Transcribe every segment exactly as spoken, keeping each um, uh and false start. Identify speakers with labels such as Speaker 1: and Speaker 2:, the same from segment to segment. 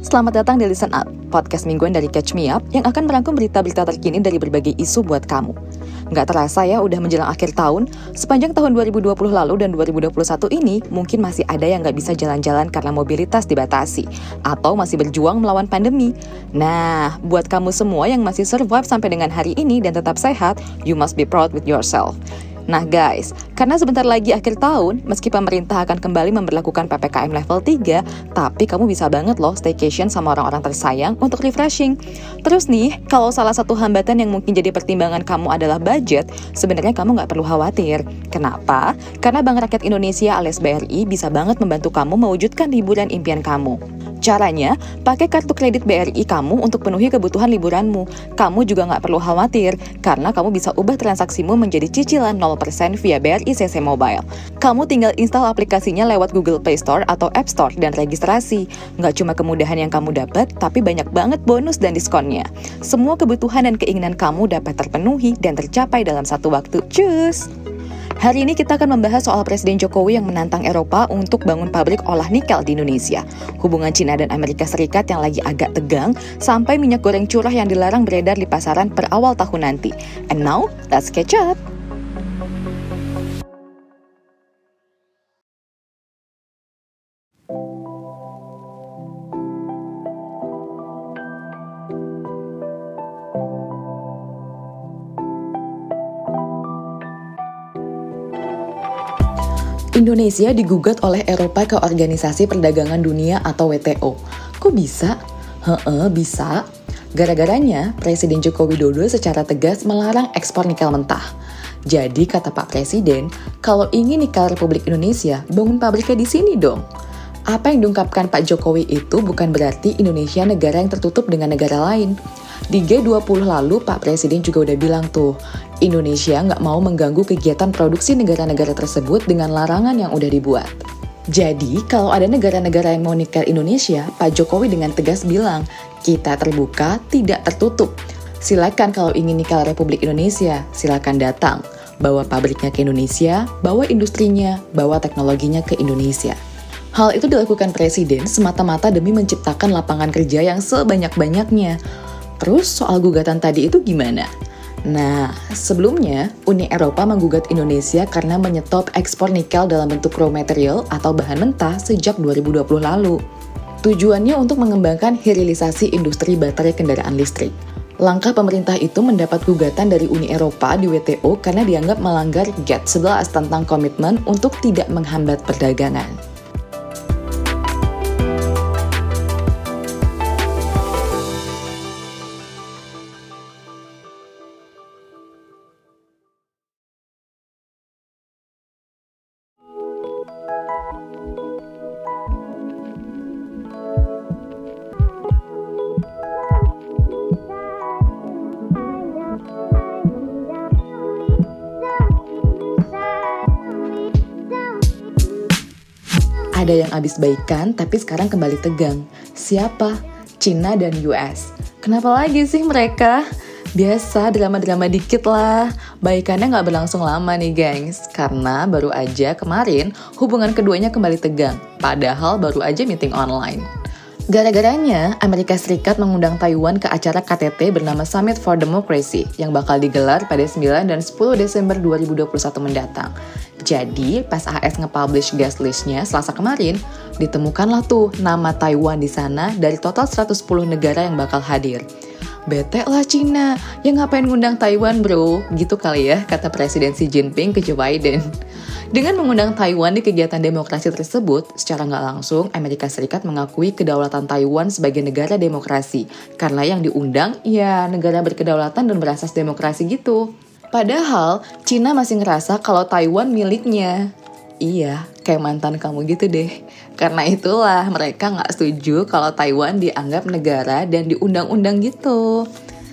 Speaker 1: Selamat datang di Listen Up, podcast mingguan dari Catch Me Up yang akan merangkum berita-berita terkini dari berbagai isu buat kamu. Nggak terasa ya, udah menjelang akhir tahun. Sepanjang tahun dua ribu dua puluh lalu dan dua ribu dua puluh satu ini, mungkin masih ada yang nggak bisa jalan-jalan karena mobilitas dibatasi, atau masih berjuang melawan pandemi. Nah, buat kamu semua yang masih survive sampai dengan hari ini dan tetap sehat, you must be proud with yourself. Nah guys, karena sebentar lagi akhir tahun, meski pemerintah akan kembali memberlakukan P P K M level tiga, tapi kamu bisa banget loh staycation sama orang-orang tersayang untuk refreshing. Terus nih, kalau salah satu hambatan yang mungkin jadi pertimbangan kamu adalah budget, sebenarnya kamu nggak perlu khawatir. Kenapa? Karena Bank Rakyat Indonesia alias B R I bisa banget membantu kamu mewujudkan liburan impian kamu. Caranya, pakai kartu kredit B R I kamu untuk penuhi kebutuhan liburanmu. Kamu juga nggak perlu khawatir, karena kamu bisa ubah transaksimu menjadi cicilan nol persen via B R I C C Mobile. Kamu tinggal install aplikasinya lewat Google Play Store atau App Store dan registrasi. Nggak cuma kemudahan yang kamu dapat, tapi banyak banget bonus dan diskonnya. Semua kebutuhan dan keinginan kamu dapat terpenuhi dan tercapai dalam satu waktu. Cus! Hari ini kita akan membahas soal Presiden Jokowi yang menantang Eropa untuk bangun pabrik olah nikel di Indonesia, hubungan Cina dan Amerika Serikat yang lagi agak tegang, sampai minyak goreng curah yang dilarang beredar di pasaran per awal tahun nanti. And now, let's catch up! Indonesia digugat oleh Eropa ke Organisasi Perdagangan Dunia atau W T O. Kok bisa? Heeh, bisa. Gara-garanya, Presiden Joko Widodo secara tegas melarang ekspor nikel mentah. Jadi, kata Pak Presiden, kalau ingin nikel Republik Indonesia, bangun pabriknya di sini dong. Apa yang diungkapkan Pak Jokowi itu bukan berarti Indonesia negara yang tertutup dengan negara lain. Di G dua puluh lalu, Pak Presiden juga udah bilang tuh, Indonesia nggak mau mengganggu kegiatan produksi negara-negara tersebut dengan larangan yang udah dibuat. Jadi, kalau ada negara-negara yang mau nikel Indonesia, Pak Jokowi dengan tegas bilang, kita terbuka, tidak tertutup. Silakan kalau ingin nikel Republik Indonesia, silakan datang. Bawa pabriknya ke Indonesia, bawa industrinya, bawa teknologinya ke Indonesia. Hal itu dilakukan Presiden semata-mata demi menciptakan lapangan kerja yang sebanyak-banyaknya. Terus soal gugatan tadi itu gimana? Nah, sebelumnya Uni Eropa menggugat Indonesia karena menyetop ekspor nikel dalam bentuk raw material atau bahan mentah sejak dua ribu dua puluh lalu. Tujuannya untuk mengembangkan hilirisasi industri baterai kendaraan listrik. Langkah pemerintah itu mendapat gugatan dari Uni Eropa di W T O karena dianggap melanggar G A T T sebelas tentang komitmen untuk tidak menghambat perdagangan. Ada yang abis baikan, tapi sekarang kembali tegang. Siapa? Cina dan U S. Kenapa lagi sih mereka? Biasa, drama-drama dikit lah. Baikannya nggak berlangsung lama nih, gengs. Karena baru aja kemarin, hubungan keduanya kembali tegang. Padahal baru aja meeting online. Gara-garanya, Amerika Serikat mengundang Taiwan ke acara K T T bernama Summit for Democracy yang bakal digelar pada sembilan dan sepuluh Desember dua ribu dua puluh satu mendatang. Jadi, pas A S nge-publish guest list-nya Selasa kemarin, ditemukanlah tuh nama Taiwan di sana dari total seratus sepuluh negara yang bakal hadir. Bete lah Cina, yang ngapain ngundang Taiwan bro? Gitu kali ya, kata Presiden Xi Jinping ke Joe Biden. Dengan mengundang Taiwan di kegiatan demokrasi tersebut, secara nggak langsung Amerika Serikat mengakui kedaulatan Taiwan sebagai negara demokrasi. Karena yang diundang, ya negara berkedaulatan dan berasas demokrasi gitu. Padahal, Cina masih ngerasa kalau Taiwan miliknya. Iya, kayak mantan kamu gitu deh. Karena itulah mereka nggak setuju kalau Taiwan dianggap negara dan diundang-undang gitu.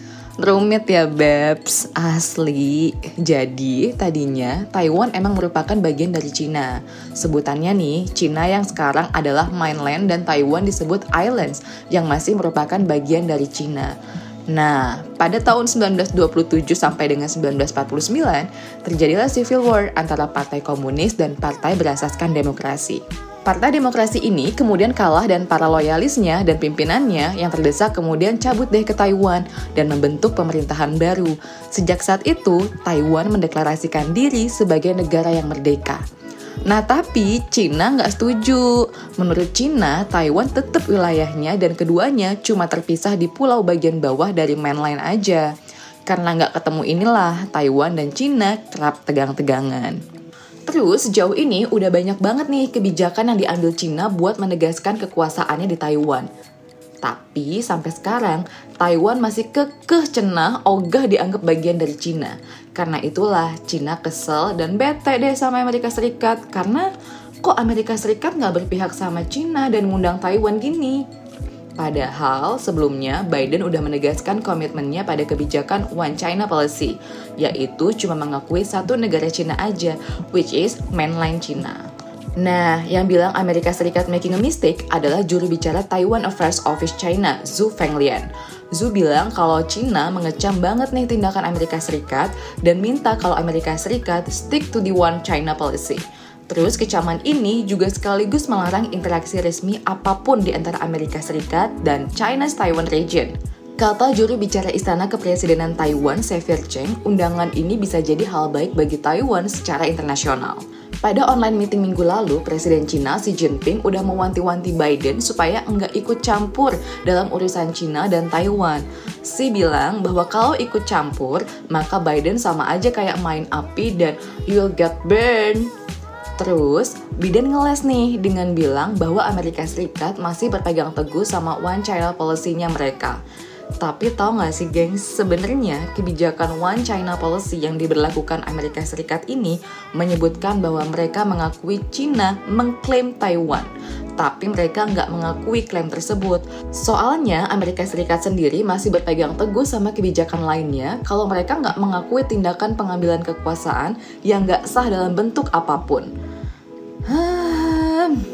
Speaker 1: Rumit ya Babs, asli. Jadi tadinya Taiwan emang merupakan bagian dari Cina. Sebutannya nih, Cina yang sekarang adalah mainland dan Taiwan disebut islands yang masih merupakan bagian dari Cina. Nah, pada tahun sembilan belas dua puluh tujuh sampai dengan sembilan belas empat puluh sembilan, terjadilah civil war antara Partai Komunis dan Partai Berasaskan Demokrasi. Partai Demokrasi ini kemudian kalah dan para loyalisnya dan pimpinannya yang terdesak kemudian cabut deh ke Taiwan dan membentuk pemerintahan baru. Sejak saat itu, Taiwan mendeklarasikan diri sebagai negara yang merdeka. Nah tapi Cina nggak setuju. Menurut Cina, Taiwan tetap wilayahnya dan keduanya cuma terpisah di pulau bagian bawah dari mainland aja. Karena nggak ketemu inilah, Taiwan dan Cina kerap tegang-tegangan. Terus sejauh ini udah banyak banget nih kebijakan yang diambil Cina buat menegaskan kekuasaannya di Taiwan. Tapi sampai sekarang Taiwan masih kekeh cenah ogah dianggap bagian dari Cina. Karena itulah Cina kesel dan bete deh sama Amerika Serikat. Karena kok Amerika Serikat nggak berpihak sama Cina dan ngundang Taiwan gini? Padahal sebelumnya Biden udah menegaskan komitmennya pada kebijakan One China Policy, yaitu cuma mengakui satu negara Cina aja, which is mainland China. Nah, yang bilang Amerika Serikat making a mistake adalah juru bicara Taiwan Affairs Office China, Zhu Fenglian. Zhu bilang kalau China mengecam banget nih tindakan Amerika Serikat dan minta kalau Amerika Serikat stick to the One China Policy. Terus kecaman ini juga sekaligus melarang interaksi resmi apapun di antara Amerika Serikat dan China's Taiwan region. Kata juru bicara Istana Kepresidenan Taiwan, Xavier Cheng, undangan ini bisa jadi hal baik bagi Taiwan secara internasional. Pada online meeting minggu lalu, Presiden Cina Xi Jinping udah mewanti-wanti Biden supaya enggak ikut campur dalam urusan Cina dan Taiwan. Xi bilang bahwa kalau ikut campur, maka Biden sama aja kayak main api dan you'll get burned. Terus, Biden ngeles nih dengan bilang bahwa Amerika Serikat masih berpegang teguh sama One China Policy-nya mereka. Tapi tau gak sih gengs, sebenarnya kebijakan One China Policy yang diberlakukan Amerika Serikat ini menyebutkan bahwa mereka mengakui China mengklaim Taiwan. Tapi mereka nggak mengakui klaim tersebut. Soalnya Amerika Serikat sendiri masih berpegang teguh sama kebijakan lainnya kalau mereka nggak mengakui tindakan pengambilan kekuasaan yang nggak sah dalam bentuk apapun. Hmm.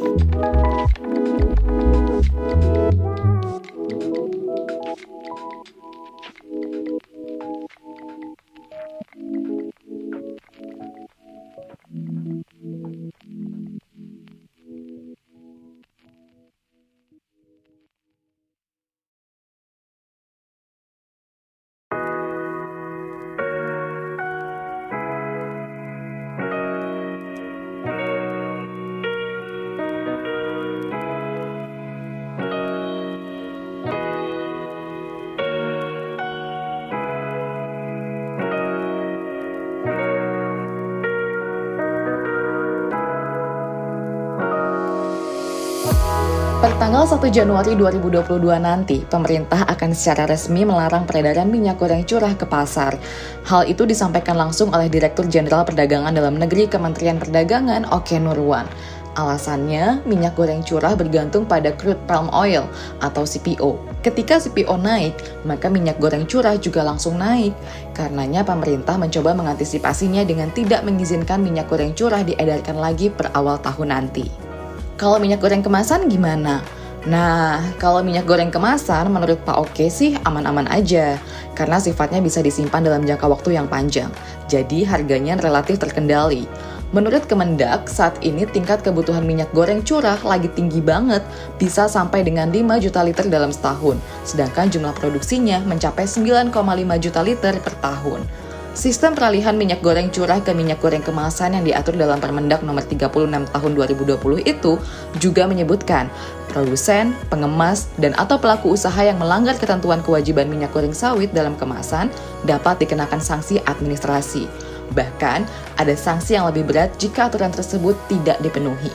Speaker 1: Pertanggal satu Januari dua ribu dua puluh dua nanti, pemerintah akan secara resmi melarang peredaran minyak goreng curah ke pasar. Hal itu disampaikan langsung oleh Direktur Jenderal Perdagangan Dalam Negeri Kementerian Perdagangan, Oke Nurwan. Alasannya, minyak goreng curah bergantung pada crude palm oil atau C P O. Ketika C P O naik, maka minyak goreng curah juga langsung naik. Karenanya pemerintah mencoba mengantisipasinya dengan tidak mengizinkan minyak goreng curah diedarkan lagi per awal tahun nanti. Kalau minyak goreng kemasan gimana? Nah, kalau minyak goreng kemasan menurut Pak Oke sih aman-aman aja, karena sifatnya bisa disimpan dalam jangka waktu yang panjang, jadi harganya relatif terkendali. Menurut Kemendak, saat ini tingkat kebutuhan minyak goreng curah lagi tinggi banget, bisa sampai dengan lima juta liter dalam setahun, sedangkan jumlah produksinya mencapai sembilan koma lima juta liter per tahun. Sistem peralihan minyak goreng curah ke minyak goreng kemasan yang diatur dalam Permendak nomor tiga puluh enam tahun dua ribu dua puluh itu juga menyebutkan produsen, pengemas, dan atau pelaku usaha yang melanggar ketentuan kewajiban minyak goreng sawit dalam kemasan dapat dikenakan sanksi administrasi. Bahkan, ada sanksi yang lebih berat jika aturan tersebut tidak dipenuhi.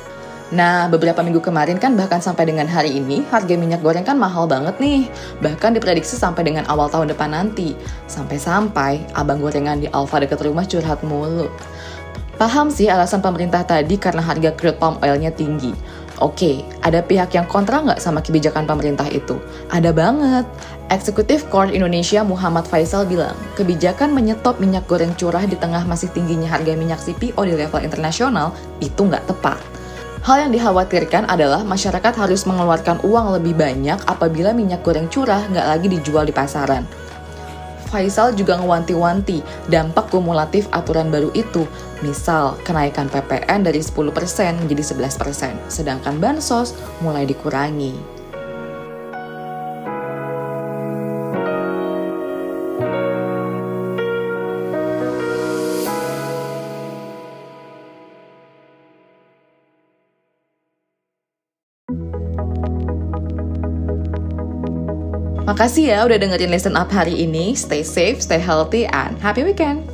Speaker 1: Nah, beberapa minggu kemarin kan bahkan sampai dengan hari ini, harga minyak goreng kan mahal banget nih. Bahkan diprediksi sampai dengan awal tahun depan nanti. Sampai-sampai, abang gorengan di Alfa dekat rumah curhat mulu. Paham sih alasan pemerintah tadi karena harga crude palm oil-nya tinggi. Oke, ada pihak yang kontra nggak sama kebijakan pemerintah itu? Ada banget. Eksekutif Core Indonesia Muhammad Faisal bilang, kebijakan menyetop minyak goreng curah di tengah masih tingginya harga minyak C P O di level internasional itu nggak tepat. Hal yang dikhawatirkan adalah masyarakat harus mengeluarkan uang lebih banyak apabila minyak goreng curah nggak lagi dijual di pasaran. Faisal juga ngewanti-wanti dampak kumulatif aturan baru itu. Misal, kenaikan P P N dari sepuluh persen menjadi sebelas persen, sedangkan bansos mulai dikurangi. Makasih ya udah dengerin Listen Up hari ini. Stay safe, stay healthy, and happy weekend!